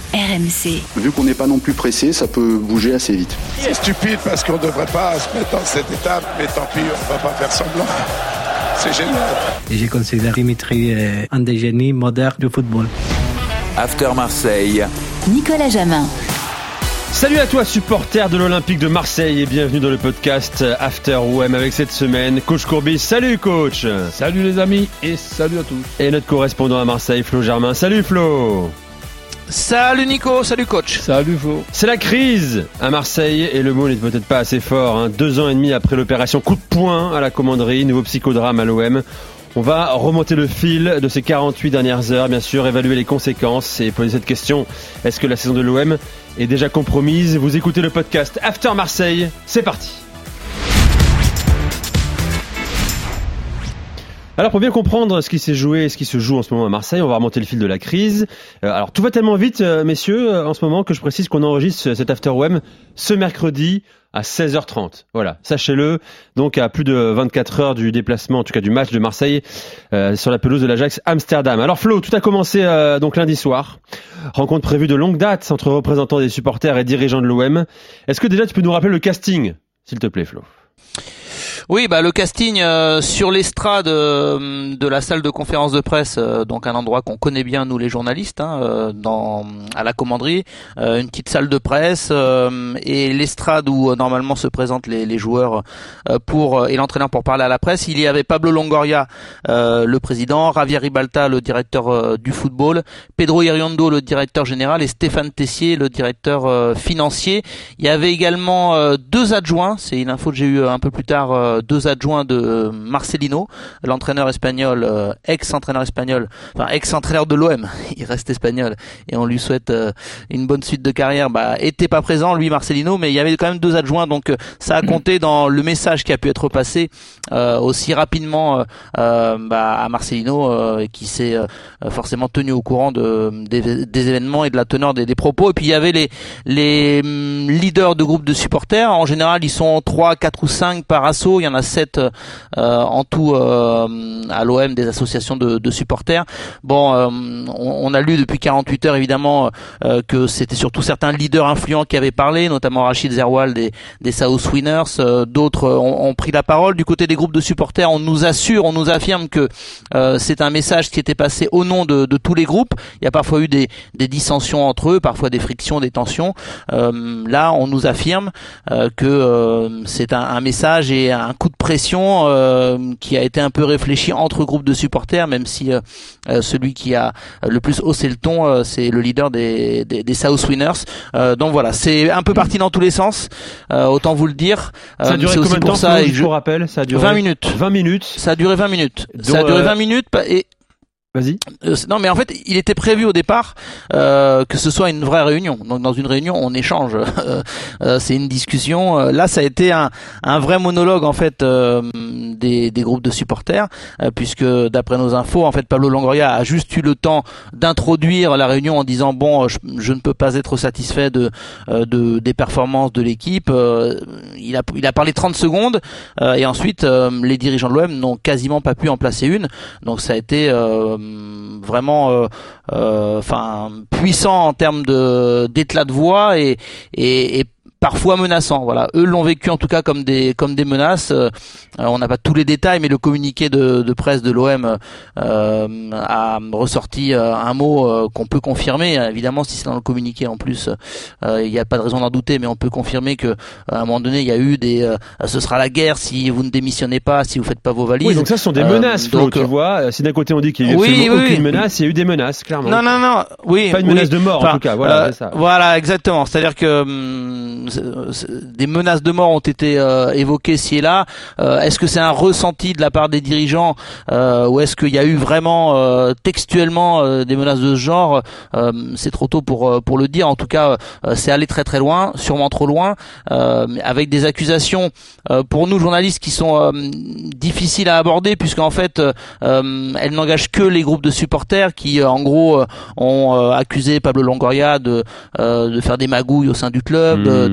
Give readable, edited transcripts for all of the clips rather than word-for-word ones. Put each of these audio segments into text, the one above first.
RMC. Vu qu'on n'est pas non plus pressé, ça peut bouger assez vite. C'est stupide parce qu'on ne devrait pas se mettre dans cette étape, mais tant pis, on ne va pas faire semblant. C'est génial. Et j'ai considéré Dimitri un des génies modernes du football. After Marseille. Nicolas Jamin. Salut à toi supporter de l'Olympique de Marseille et bienvenue dans le podcast After OM avec cette semaine Coach Courbis. Salut coach. Salut les amis et salut à tous. Et notre correspondant à Marseille, Flo Germain. Salut Flo. Salut Nico, salut coach. Salut Flo. C'est la crise à Marseille et le mot n'est peut-être pas assez fort. 2 ans et demi après l'opération coup de poing à la commanderie, nouveau psychodrame à l'OM. On va remonter le fil de ces 48 dernières heures, bien sûr, évaluer les conséquences et poser cette question. Est-ce que la saison de l'OM est déjà compromise ? Vous écoutez le podcast After Marseille, c'est parti. Alors pour bien comprendre ce qui s'est joué et ce qui se joue en ce moment à Marseille, on va remonter le fil de la crise. Alors tout va tellement vite, messieurs, en ce moment que je précise qu'on enregistre cet After OM ce mercredi à 16h30. Voilà, sachez-le. Donc à plus de 24 heures du déplacement, en tout cas du match de Marseille sur la pelouse de l'Ajax Amsterdam. Alors Flo, tout a commencé donc lundi soir. Rencontre prévue de longue date entre représentants des supporters et dirigeants de l'OM. Est-ce que déjà tu peux nous rappeler le casting, s'il te plaît Flo ? Oui, le casting sur l'estrade de la salle de conférence de presse, donc un endroit qu'on connaît bien nous les journalistes, à la commanderie, une petite salle de presse et l'estrade où normalement se présentent les joueurs et l'entraîneur pour parler à la presse. Il y avait Pablo Longoria, le président, Javier Ribalta, le directeur du football, Pedro Iriondo, le directeur général, et Stéphane Tessier, le directeur financier. Il y avait également 2 adjoints, c'est une info que j'ai eue un peu plus tard. 2 adjoints de Marcelino, l'entraîneur espagnol, ex-entraîneur de l'OM, il reste espagnol et on lui souhaite une bonne suite de carrière, était pas présent lui Marcelino, mais il y avait quand même 2 adjoints, donc ça a compté dans le message qui a pu être passé aussi rapidement à Marcelino, qui s'est forcément tenu au courant des événements et de la teneur des propos. Et puis il y avait les leaders de groupes de supporters, en général ils sont 3, 4 ou 5 par assaut. Il y en a 7 en tout à l'OM, des associations de supporters. On a lu depuis 48 heures évidemment que c'était surtout certains leaders influents qui avaient parlé, notamment Rachid Zerwal des South Winners. D'autres ont pris la parole. Du côté des groupes de supporters, on nous affirme que c'est un message qui était passé au nom de tous les groupes. Il y a parfois eu des dissensions entre eux, parfois des frictions, des tensions. Là, on nous affirme que c'est un message et un coup de pression qui a été un peu réfléchi entre groupes de supporters, même si celui qui a le plus haussé le ton, c'est le leader des South Winners. Donc voilà, c'est un peu parti dans tous les sens, autant vous le dire. Ça a duré combien de temps, je vous rappelle, ça a duré 20 minutes. 20 minutes. Ça a duré 20 minutes. Donc, ça a duré 20 minutes et vas-y. Non, mais en fait, il était prévu au départ que ce soit une vraie réunion. Donc, dans une réunion, on échange. C'est une discussion. Là, ça a été un vrai monologue en fait des groupes de supporters, puisque d'après nos infos, en fait, Pablo Longoria a juste eu le temps d'introduire la réunion en disant je ne peux pas être satisfait des performances de l'équipe. Il a parlé 30 secondes et ensuite les dirigeants de l'OM n'ont quasiment pas pu en placer une. Donc, ça a été vraiment puissant en termes d'éclat de voix et parfois menaçant. Voilà, eux l'ont vécu en tout cas comme des menaces. On n'a pas tous les détails, mais le communiqué de presse de l'OM a ressorti un mot qu'on peut confirmer. Évidemment, si c'est dans le communiqué en plus, il n'y a pas de raison d'en douter, mais on peut confirmer que à un moment donné, il y a eu ce sera la guerre si vous ne démissionnez pas, si vous faites pas vos valises. Oui, donc ça ce sont des menaces, Flo, tu vois. Si d'un côté on dit qu'il y a eu aucune menace, il y a eu des menaces, clairement. Non, oui. Pas une menace de mort en tout cas. Voilà, c'est ça. Voilà, exactement. C'est-à-dire que des menaces de mort ont été évoquées ci et là. Est-ce que c'est un ressenti de la part des dirigeants ou est-ce qu'il y a eu vraiment textuellement des menaces de ce genre? C'est trop tôt pour le dire. En tout cas, c'est allé très très loin, sûrement trop loin, avec des accusations pour nous journalistes qui sont difficiles à aborder, puisqu'en fait elles n'engagent que les groupes de supporters qui en gros ont accusé Pablo Longoria de faire des magouilles au sein du club,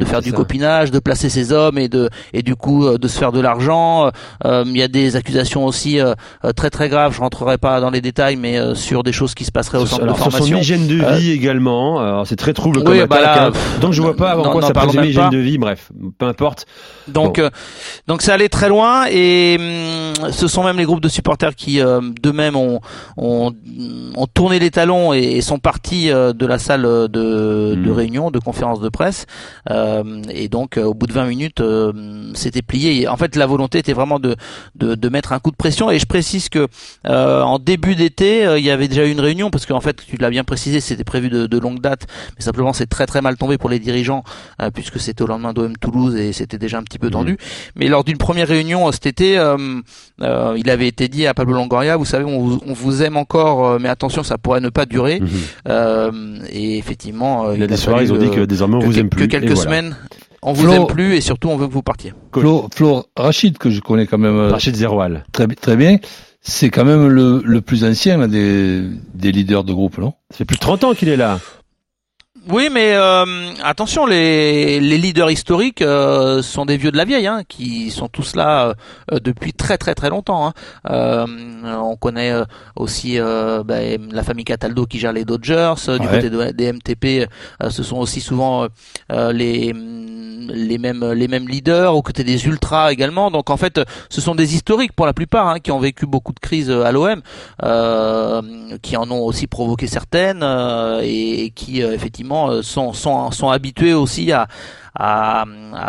faire du copinage, de placer ses hommes et du coup de se faire de l'argent. Il y a des accusations aussi très très graves. Je rentrerai pas dans les détails, mais sur des choses qui se passeraient au centre de formation. Sur son hygiène de vie également. Alors, c'est très trouble comme attaque. Donc je vois pas en quoi ça présume hygiène de vie. Bref, peu importe. Donc ça allait très loin et ce sont même les groupes de supporters qui d'eux-mêmes ont tourné les talons et sont partis de la salle de réunion, de conférence de presse. Et donc au bout de 20 minutes, c'était plié. Et en fait, la volonté était vraiment de mettre un coup de pression. Et je précise que en début d'été, il y avait déjà eu une réunion parce qu'en fait, tu l'as bien précisé, c'était prévu de longue date, mais simplement c'est très très mal tombé pour les dirigeants puisque c'était au lendemain d'OM Toulouse et c'était déjà un petit peu tendu. Mais lors d'une première réunion cet été, il avait été dit à Pablo Longoria, vous savez, on vous aime encore, mais attention, ça pourrait ne pas durer. Et effectivement, il y a des soirées, ils ont dit que désormais on vous aime plus. Que quelques semaines. On vous aime plus et surtout on veut que vous partiez. Flo Rachid, que je connais quand même. Rachid Zeroual. Très bien. C'est quand même le plus ancien là, des leaders de groupe, non? Ça fait plus de 30 ans qu'il est là. Oui, mais attention, les leaders historiques sont des vieux de la vieille, qui sont tous là depuis très très très longtemps. On connaît aussi la famille Cataldo qui gère les Dodgers. Du côté des MTP, ce sont aussi souvent les mêmes leaders. Aux côtés des Ultras également. Donc en fait, ce sont des historiques pour la plupart qui ont vécu beaucoup de crises à l'OM, qui en ont aussi provoqué certaines et qui effectivement sont habitués aussi à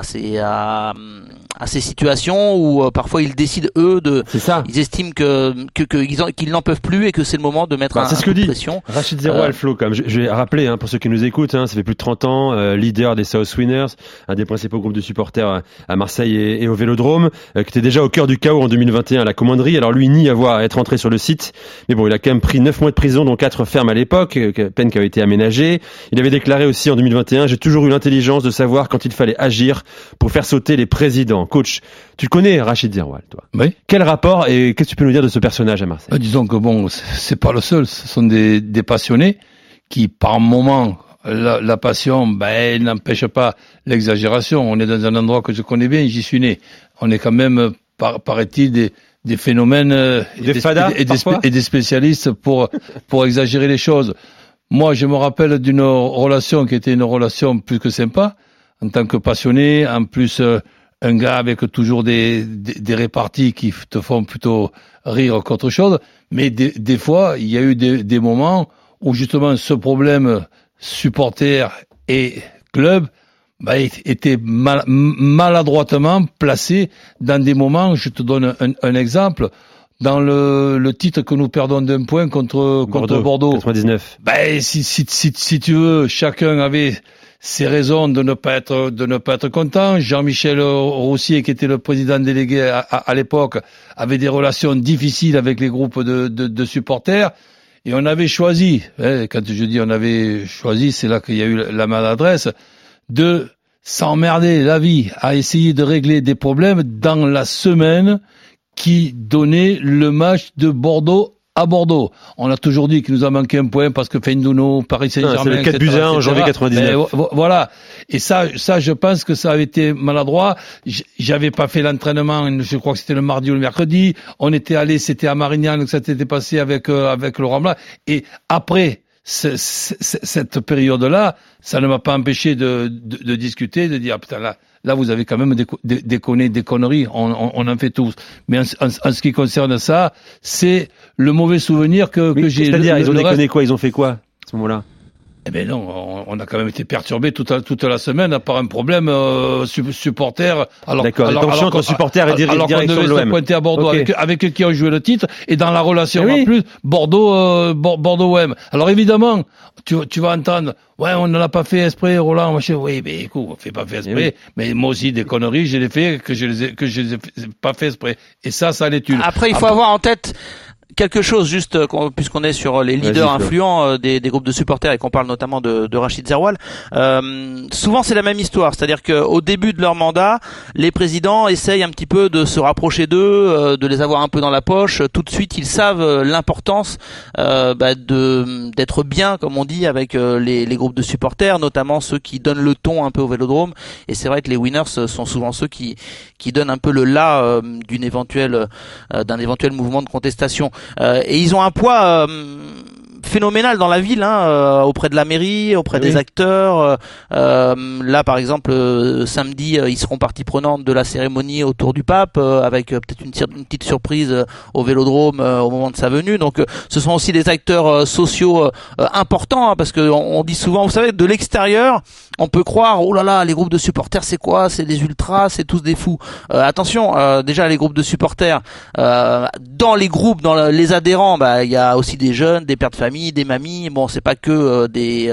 ces situations où parfois ils décident eux ils estiment qu'ils n'en peuvent plus et que c'est le moment de mettre un coup de pression. Rachid Zeroual, Flo, comme je vais rappeler pour ceux qui nous écoutent, ça fait plus de 30 ans, leader des South Winners, un des principaux groupes de supporters à Marseille et au Vélodrome, qui était déjà au cœur du chaos en 2021 à la commanderie. Alors lui nie être entré sur le site, mais bon, il a quand même pris 9 mois de prison, dont 4 fermes à l'époque, peine qui avait été aménagée. Il avait déclaré aussi en 2021, j'ai toujours eu l'intelligence de savoir quand il fallait agir pour faire sauter les présidents. Coach, tu connais Rachid Zeroual, toi. Oui. Quel rapport et qu'est-ce que tu peux nous dire de ce personnage à Marseille? Disons que bon, c'est pas le seul. Ce sont des passionnés qui, par moment, la passion, elle n'empêche pas l'exagération. On est dans un endroit que je connais bien, j'y suis né. On est quand même, paraît-il, des phénomènes et des spécialistes pour exagérer les choses. Moi, je me rappelle d'une relation qui était une relation plus que sympa, en tant que passionné, en plus un gars avec toujours des réparties qui te font plutôt rire qu'autre chose. Mais des fois, il y a eu des moments où justement ce problème supporter et club était maladroitement placé dans des moments. Je te donne un exemple. Dans le titre que nous perdons d'un point contre Bordeaux. 99. Si tu veux, chacun avait ses raisons de ne pas être content. Jean-Michel Roussier, qui était le président délégué à l'époque, avait des relations difficiles avec les groupes de supporters. Et on avait choisi, quand je dis on avait choisi, c'est là qu'il y a eu la maladresse, de s'emmerder la vie à essayer de régler des problèmes dans la semaine qui donnait le match de Bordeaux à Bordeaux. On a toujours dit qu'il nous a manqué un point parce que Fendouno, Paris Saint-Germain, c'est le 4 buts 1 en janvier 99. Voilà. Et ça, je pense que ça avait été maladroit. J'avais pas fait l'entraînement, je crois que c'était le mardi ou le mercredi. On était allé, c'était à Marignane que ça s'était passé avec Laurent Blanc. Et après cette période-là, ça ne m'a pas empêché de discuter, de dire, putain, là, vous avez quand même déconné, des conneries, on en fait tous. Mais en ce qui concerne ça, c'est le mauvais souvenir que j'ai. C'est-à-dire, ils ont déconné quoi? Ils ont fait quoi, à ce moment-là? Eh ben non, on a quand même été perturbé toute la semaine par un problème supporter. D'accord. Les tensions entre supporters et direction de l'OM. Alors qu'on devait se pointer à Bordeaux, avec qui on jouait le titre, et dans la relation en plus Bordeaux-OM. Alors évidemment, tu vas entendre, on ne l'a pas fait exprès, Roland, machin. Oui, mais écoute, on fait pas fait exprès. Mais moi aussi, des conneries, je les ai pas fait exprès. Et ça l'est une. Après, il faut avoir en tête. Quelque chose juste puisqu'on est sur les leaders influents des groupes de supporters et qu'on parle notamment de Rachid Zerwal. Souvent c'est la même histoire, c'est-à-dire que au début de leur mandat, les présidents essayent un petit peu de se rapprocher d'eux, de les avoir un peu dans la poche. Tout de suite, ils savent l'importance d'être bien, comme on dit, avec les groupes de supporters, notamment ceux qui donnent le ton un peu au Vélodrome. Et c'est vrai que les winners sont souvent ceux qui donnent un peu le là d'un éventuel mouvement de contestation. Et ils ont un poids phénoménal dans la ville, auprès de la mairie, auprès des acteurs. Là, par exemple, samedi, ils seront partie prenante de la cérémonie autour du pape, avec peut-être une petite surprise au Vélodrome au moment de sa venue. Donc, ce sont aussi des acteurs sociaux importants, parce que on dit souvent, vous savez, de l'extérieur, on peut croire, oh là là, les groupes de supporters, c'est quoi? C'est des ultras, c'est tous des fous. Attention, déjà les groupes de supporters, dans les groupes, dans les adhérents, il y a aussi des jeunes, des pères de famille, des mamies. Bon, c'est pas que des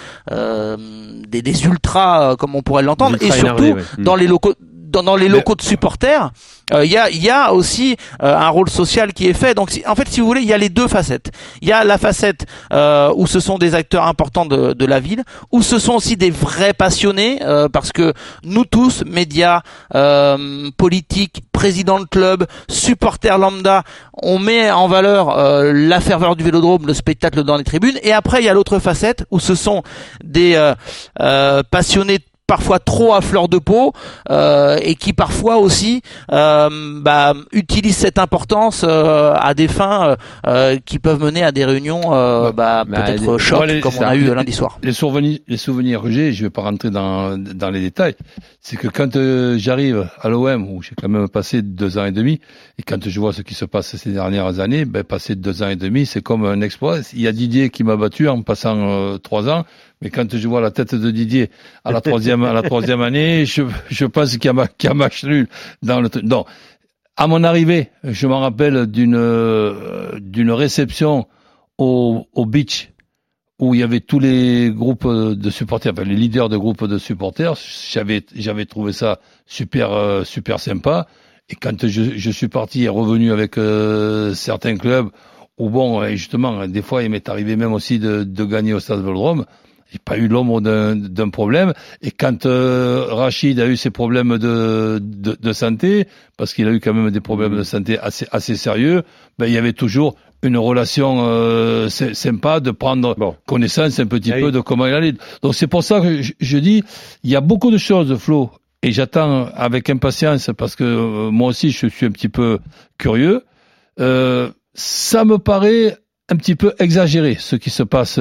ultras comme on pourrait l'entendre. Et surtout dans les locaux. Dans les locaux de supporters, il y a aussi un rôle social qui est fait. Donc, en fait, si vous voulez, il y a les deux facettes. Il y a la facette où ce sont des acteurs importants de la ville, où ce sont aussi des vrais passionnés, parce que nous tous, médias, politiques, présidents de club, supporters lambda, on met en valeur la ferveur du Vélodrome, le spectacle dans les tribunes. Et après, il y a l'autre facette où ce sont des passionnés parfois trop à fleur de peau, et qui parfois aussi utilisent cette importance à des fins qui peuvent mener à des réunions peut-être choc, comme on a eu lundi soir. Les souvenirs que j'ai, je vais pas rentrer dans les détails, c'est que quand j'arrive à l'OM, où j'ai quand même passé 2 ans et demi, et quand je vois ce qui se passe ces dernières années, passer 2 ans et demi, c'est comme un exploit. Il y a Didier qui m'a battu en passant 3 ans. Mais quand je vois la tête de Didier à la troisième année, je pense qu'il y a match nul dans le truc. Non. À mon arrivée, je m'en rappelle d'une réception au beach où il y avait tous les groupes de supporters, enfin les leaders de groupes de supporters. J'avais trouvé ça super sympa. Et quand je suis parti et revenu avec certains clubs où justement, des fois il m'est arrivé même aussi de gagner au Stade Vélodrome. J'ai pas eu l'ombre d'un problème. Et quand Rachid a eu ses problèmes de santé, parce qu'il a eu quand même des problèmes de santé assez sérieux, il y avait toujours une relation sympa de prendre connaissance un petit peu de comment il allait. Donc c'est pour ça que je dis, il y a beaucoup de choses, Flo, et j'attends avec impatience, parce que moi aussi je suis un petit peu curieux. Ça me paraît un petit peu exagéré, ce qui se passe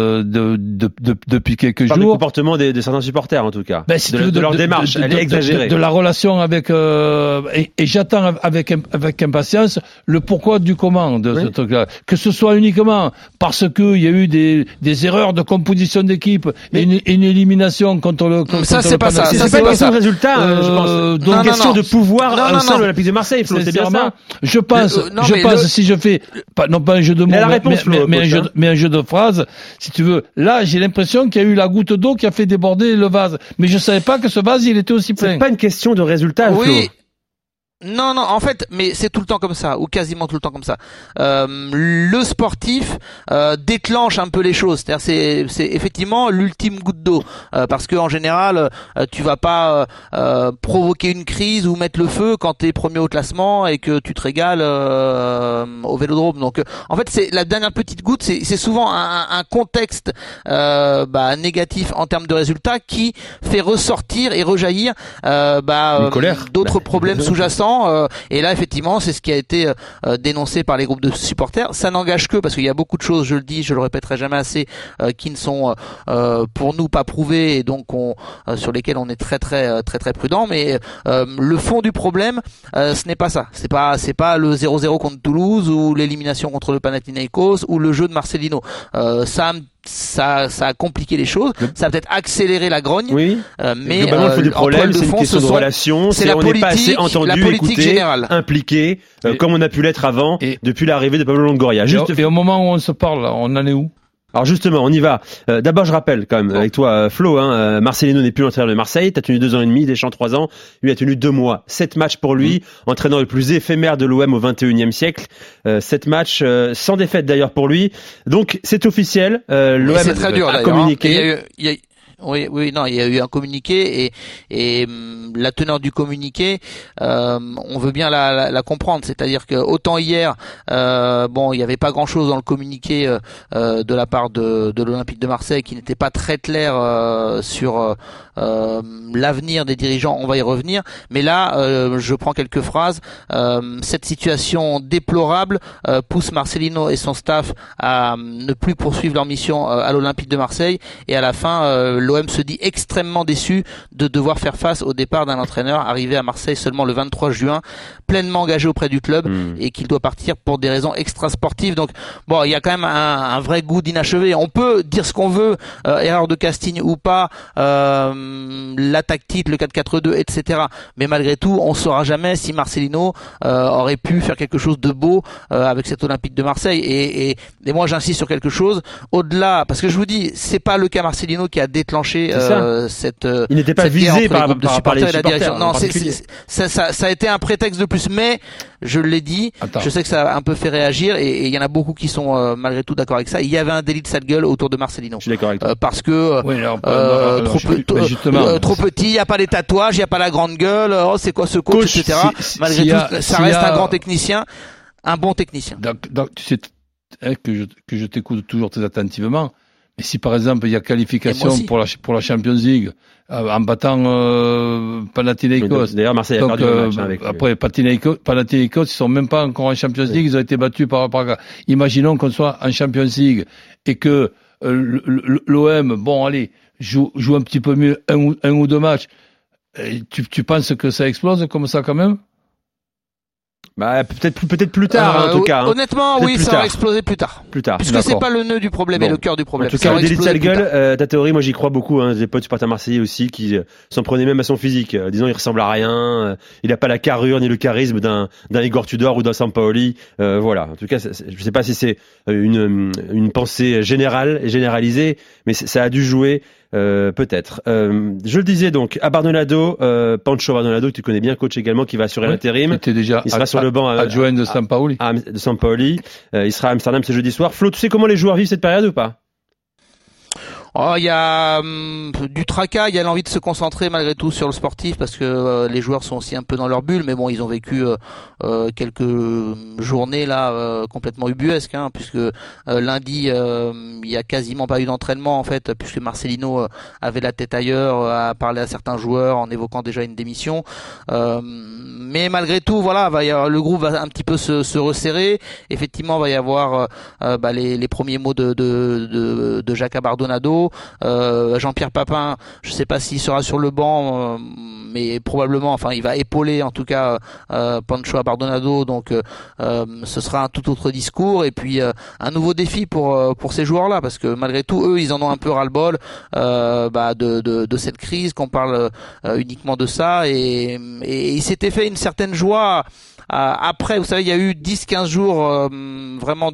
depuis quelques jours. Le comportement de certains supporters, en tout cas. De leur démarche, elle est exagérée. De la relation avec et j'attends avec impatience le pourquoi du comment de ce truc-là. Que ce soit uniquement parce que il y a eu des erreurs de composition d'équipe et une élimination contre le. Ça c'est pas ça. C'est pas une question de résultat, je pense. Donc une question de pouvoir au sein de l'Olympique de Marseille. C'est bien ça. Je pense. Si je fais non pas un jeu de mots. Mais un jeu de phrases, si tu veux. Là, j'ai l'impression qu'il y a eu la goutte d'eau qui a fait déborder le vase. Mais je savais pas que ce vase, il était aussi plein. C'est pas une question de résultat, Flo. Oui. Non, en fait, mais c'est tout le temps comme ça, ou quasiment tout le temps comme ça. Le sportif déclenche un peu les choses, c'est-à-dire c'est effectivement l'ultime goutte d'eau, parce que en général, tu vas pas provoquer une crise ou mettre le feu quand t'es premier au classement et que tu te régales au Vélodrome. Donc, en fait, c'est la dernière petite goutte, c'est souvent un contexte négatif en termes de résultats qui fait ressortir et rejaillir d'autres problèmes sous-jacents. Et là, effectivement, c'est ce qui a été dénoncé par les groupes de supporters. Ça n'engage que, parce qu'il y a beaucoup de choses, je le dis, je le répéterai jamais assez, qui ne sont pour nous pas prouvées et donc sur lesquelles on est très prudent. Mais le fond du problème, ce n'est pas ça. C'est pas le 0-0 contre Toulouse ou l'élimination contre le Panathinaikos ou le jeu de Marcelino. Ça a compliqué les choses, ça a peut-être accéléré la grogne, mais globalement, le fond du problème, c'est une question de relation, on n'est pas assez entendu, écouté, impliqué, comme on a pu l'être avant, depuis l'arrivée de Pablo Longoria. Et au moment où on se parle, là, on en est où? Alors justement, on y va. D'abord, je rappelle quand même avec toi, Flo, Marcelino n'est plus l'entraîneur de Marseille. T'as tenu 2 ans et demi, Deschamps 3 ans. Lui a tenu 2 mois. 7 matchs pour lui, entraîneur le plus éphémère de l'OM au 21e siècle. 7 matchs sans défaite d'ailleurs pour lui. Donc c'est officiel. L'OM c'est très dur, a communiqué. Oui, non, il y a eu un communiqué et la teneur du communiqué, on veut bien la comprendre. C'est-à-dire que autant hier, il y avait pas grand-chose dans le communiqué de la part de l'Olympique de Marseille qui n'était pas très clair sur l'avenir des dirigeants. On va y revenir. Mais là, je prends quelques phrases. Cette situation déplorable pousse Marcelino et son staff à ne plus poursuivre leur mission à l'Olympique de Marseille et à la fin, l'OM se dit extrêmement déçu de devoir faire face au départ d'un entraîneur arrivé à Marseille seulement le 23 juin, pleinement engagé auprès du club et qu'il doit partir pour des raisons extrasportives. Donc il y a quand même un vrai goût d'inachevé. On peut dire ce qu'on veut, erreur de casting ou pas, la tactique, le 4-4-2, etc. Mais malgré tout, on saura jamais si Marcelino aurait pu faire quelque chose de beau avec cet Olympique de Marseille. Et moi, j'insiste sur quelque chose. Au-delà, parce que je vous dis, c'est pas le cas Marcelino qui a déclenché cette. Il n'était pas visé par les supporters. Non, ça a été un prétexte de plus. Mais je l'ai dit, je sais que ça a un peu fait réagir et il y en a beaucoup qui sont malgré tout d'accord avec ça. Il y avait un délit de sale gueule autour de Marcelino. Je suis d'accord avec toi. Parce que trop petit, il n'y a pas les tatouages, il n'y a pas la grande gueule. Oh, c'est quoi ce coach, etc. Malgré tout, ça reste un grand technicien, un bon technicien. Donc tu sais que je t'écoute toujours très attentivement. Mais si par exemple il y a qualification pour la Champions League en battant Panathinaikos, d'ailleurs Marseille a perdu le match avec après Panathinaikos ils sont même pas encore en Champions League, ils ont été battus par Praga. Imaginons qu'on soit en Champions League et que l'OM joue un petit peu mieux un ou 2 matchs. Tu penses que ça explose comme ça quand même? Peut-être plus tard, en tout cas. Honnêtement, oui, ça va exploser plus tard. Puisque c'est pas le nœud du problème et le cœur du problème. En tout cas, le délit de sale gueule, ta théorie, moi j'y crois beaucoup. Des potes supporters marseillais aussi qui s'en prenaient même à son physique, disant il ressemble à rien, il a pas la carrure ni le charisme d'un Igor Tudor ou d'un Sampaoli. Voilà. En tout cas, je sais pas si c'est une pensée générale et généralisée, mais ça a dû jouer. Peut-être. Je le disais donc, Abandonado, Pancho Abandonado, que tu connais bien, coach également, qui va assurer l'intérim. Il sera sur le banc adjoint de Sampaoli. De Sampaoli. Il sera à Amsterdam ce jeudi soir. Flo, tu sais comment les joueurs vivent cette période ou pas? Il y a du tracas, il y a l'envie de se concentrer malgré tout sur le sportif parce que les joueurs sont aussi un peu dans leur bulle, mais bon, ils ont vécu quelques journées là complètement ubuesques, puisque lundi il y a quasiment pas eu d'entraînement en fait, puisque Marcelino avait la tête ailleurs, a parlé à certains joueurs en évoquant déjà une démission. Mais malgré tout, voilà, le groupe va un petit peu se resserrer. Effectivement, va y avoir les premiers mots de Jacques Abandonado. Jean-Pierre Papin, je sais pas s'il sera sur le banc, mais probablement, il va épauler en tout cas Pancho Abandonado, donc ce sera un tout autre discours et puis un nouveau défi pour ces joueurs-là, parce que malgré tout, eux, ils en ont un peu ras-le-bol de cette crise, qu'on parle uniquement de ça, et il s'était fait une certaine joie après, vous savez, il y a eu 10-15 jours vraiment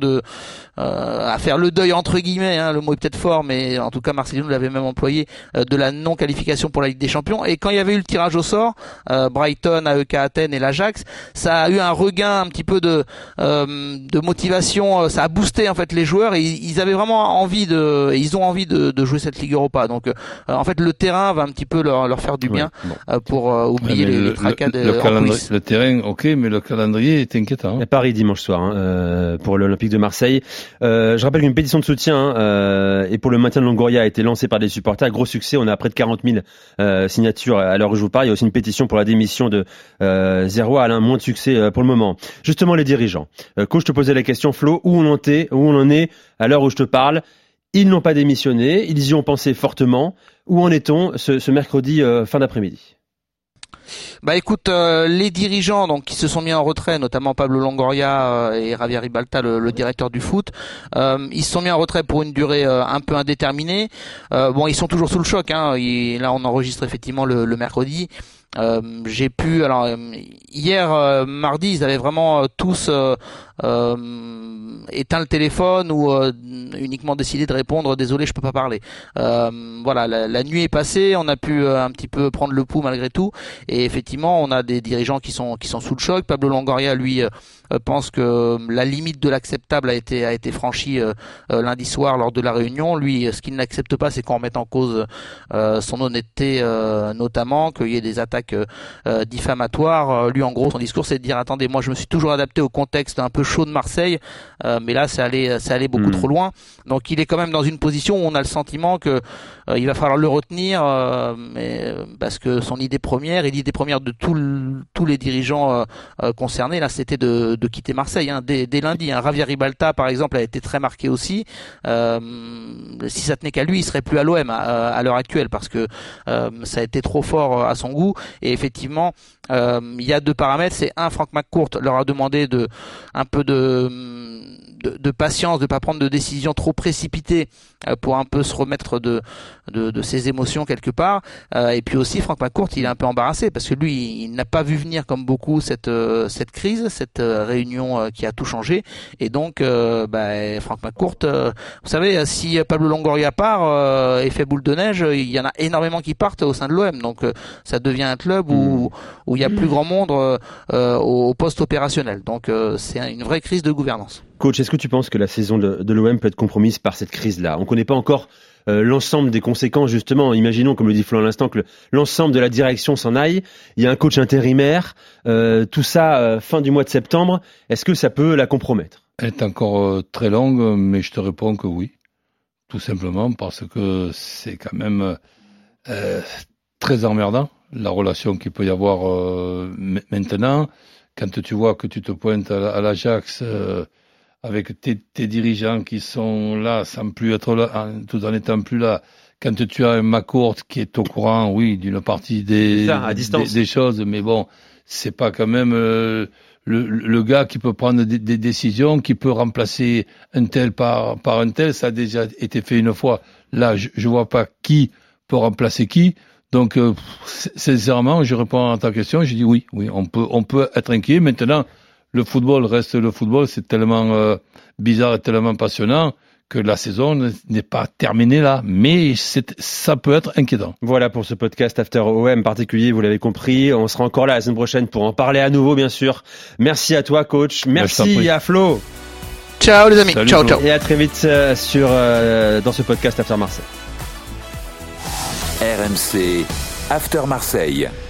à faire le deuil entre guillemets, le mot est peut-être fort, mais en tout cas Marcelino l'avait même employé, de la non-qualification pour la Ligue des Champions. Et quand il y avait eu le tirage au sort, Brighton, AEK Athènes et l'Ajax, ça a eu un regain un petit peu de motivation, ça a boosté en fait les joueurs et ils avaient vraiment envie ils ont envie de jouer cette Ligue Europa. Donc en fait le terrain va un petit peu leur faire du bien pour oublier les tracas le terrain, ok, mais le calendrier est inquiétant. À Paris dimanche soir pour l'Olympique de Marseille. Je rappelle qu'une pétition de soutien et pour le maintien de Longoria a été lancée par des supporters. Gros succès, on a près de 40 000 signatures à l'heure où je vous parle. Il y a aussi une pétition pour la démission de Zeroua. Alain, moins de succès pour le moment. Justement, les dirigeants. Coach, je te posais la question, Flo, où on en est à l'heure où je te parle? Ils n'ont pas démissionné, ils y ont pensé fortement. Où en est-on ce mercredi fin d'après-midi? Bah écoute, les dirigeants donc qui se sont mis en retrait, notamment Pablo Longoria et Javier Ribalta, le directeur du foot, ils se sont mis en retrait pour une durée un peu indéterminée. Bon, ils sont toujours sous le choc. Là, on enregistre effectivement le mercredi. J'ai pu hier mardi, ils avaient vraiment tous éteint le téléphone ou uniquement décidé de répondre désolé je peux pas parler. Voilà, la nuit est passée, on a pu un petit peu prendre le pouls malgré tout, et effectivement on a des dirigeants qui sont sous le choc. Pablo Longoria lui pense que la limite de l'acceptable a été franchie lundi soir lors de la réunion. Lui, ce qu'il n'accepte pas, c'est qu'on remette en cause son honnêteté, notamment qu'il y ait des attaques diffamatoires. Lui, en gros, son discours, c'est de dire attendez, moi, je me suis toujours adapté au contexte un peu chaud de Marseille, mais là, ça allait beaucoup trop loin. Donc, il est quand même dans une position où on a le sentiment que il va falloir le retenir, mais parce que son idée première et l'idée première de tous les dirigeants concernés, là, c'était de quitter Marseille dès lundi. Javier Ribalta, par exemple, a été très marqué aussi. Si ça tenait qu'à lui, il serait plus à l'OM à l'heure actuelle, parce que ça a été trop fort à son goût. Et effectivement, il y a deux paramètres. C'est Frank McCourt leur a demandé un peu de patience, de pas prendre de décisions trop précipitées pour un peu se remettre de ses émotions quelque part. Et puis aussi, Frank McCourt, il est un peu embarrassé parce que lui, il n'a pas vu venir comme beaucoup cette crise, cette réunion qui a tout changé. Et donc, Frank McCourt, vous savez, si Pablo Longoria part et fait boule de neige, il y en a énormément qui partent au sein de l'OM. Donc, ça devient un club où il y a plus grand monde au poste opérationnel. Donc, c'est une vraie crise de gouvernance. Coach, est-ce que tu penses que la saison de l'OM peut être compromise par cette crise-là ? On ne connaît pas encore l'ensemble des conséquences, justement. Imaginons, comme le dit Flo à l'instant, que l'ensemble de la direction s'en aille. Il y a un coach intérimaire. Tout ça, fin du mois de septembre. Est-ce que ça peut la compromettre ? Elle est encore très longue, mais je te réponds que oui. Tout simplement parce que c'est quand même très emmerdant, la relation qu'il peut y avoir maintenant. Quand tu vois que tu te pointes à l'Ajax avec tes dirigeants qui sont là sans plus être là, tout en étant plus là, quand tu as un McCourt qui est au courant, oui, d'une partie des choses, mais bon, c'est pas quand même le gars qui peut prendre des décisions, qui peut remplacer un tel par un tel. Ça a déjà été fait une fois. Là, je vois pas qui peut remplacer qui. Donc, sincèrement, je réponds à ta question. Je dis oui, on peut être inquiet. Maintenant, le football reste le football. C'est tellement bizarre et tellement passionnant que la saison n'est pas terminée là, mais ça peut être inquiétant. Voilà pour ce podcast After OM particulier, vous l'avez compris. On sera encore là la semaine prochaine pour en parler à nouveau, bien sûr. Merci à toi, coach. Merci à Flo. Ciao les amis. Salut, ciao. Et à très vite dans ce podcast After Marseille. RMC After Marseille.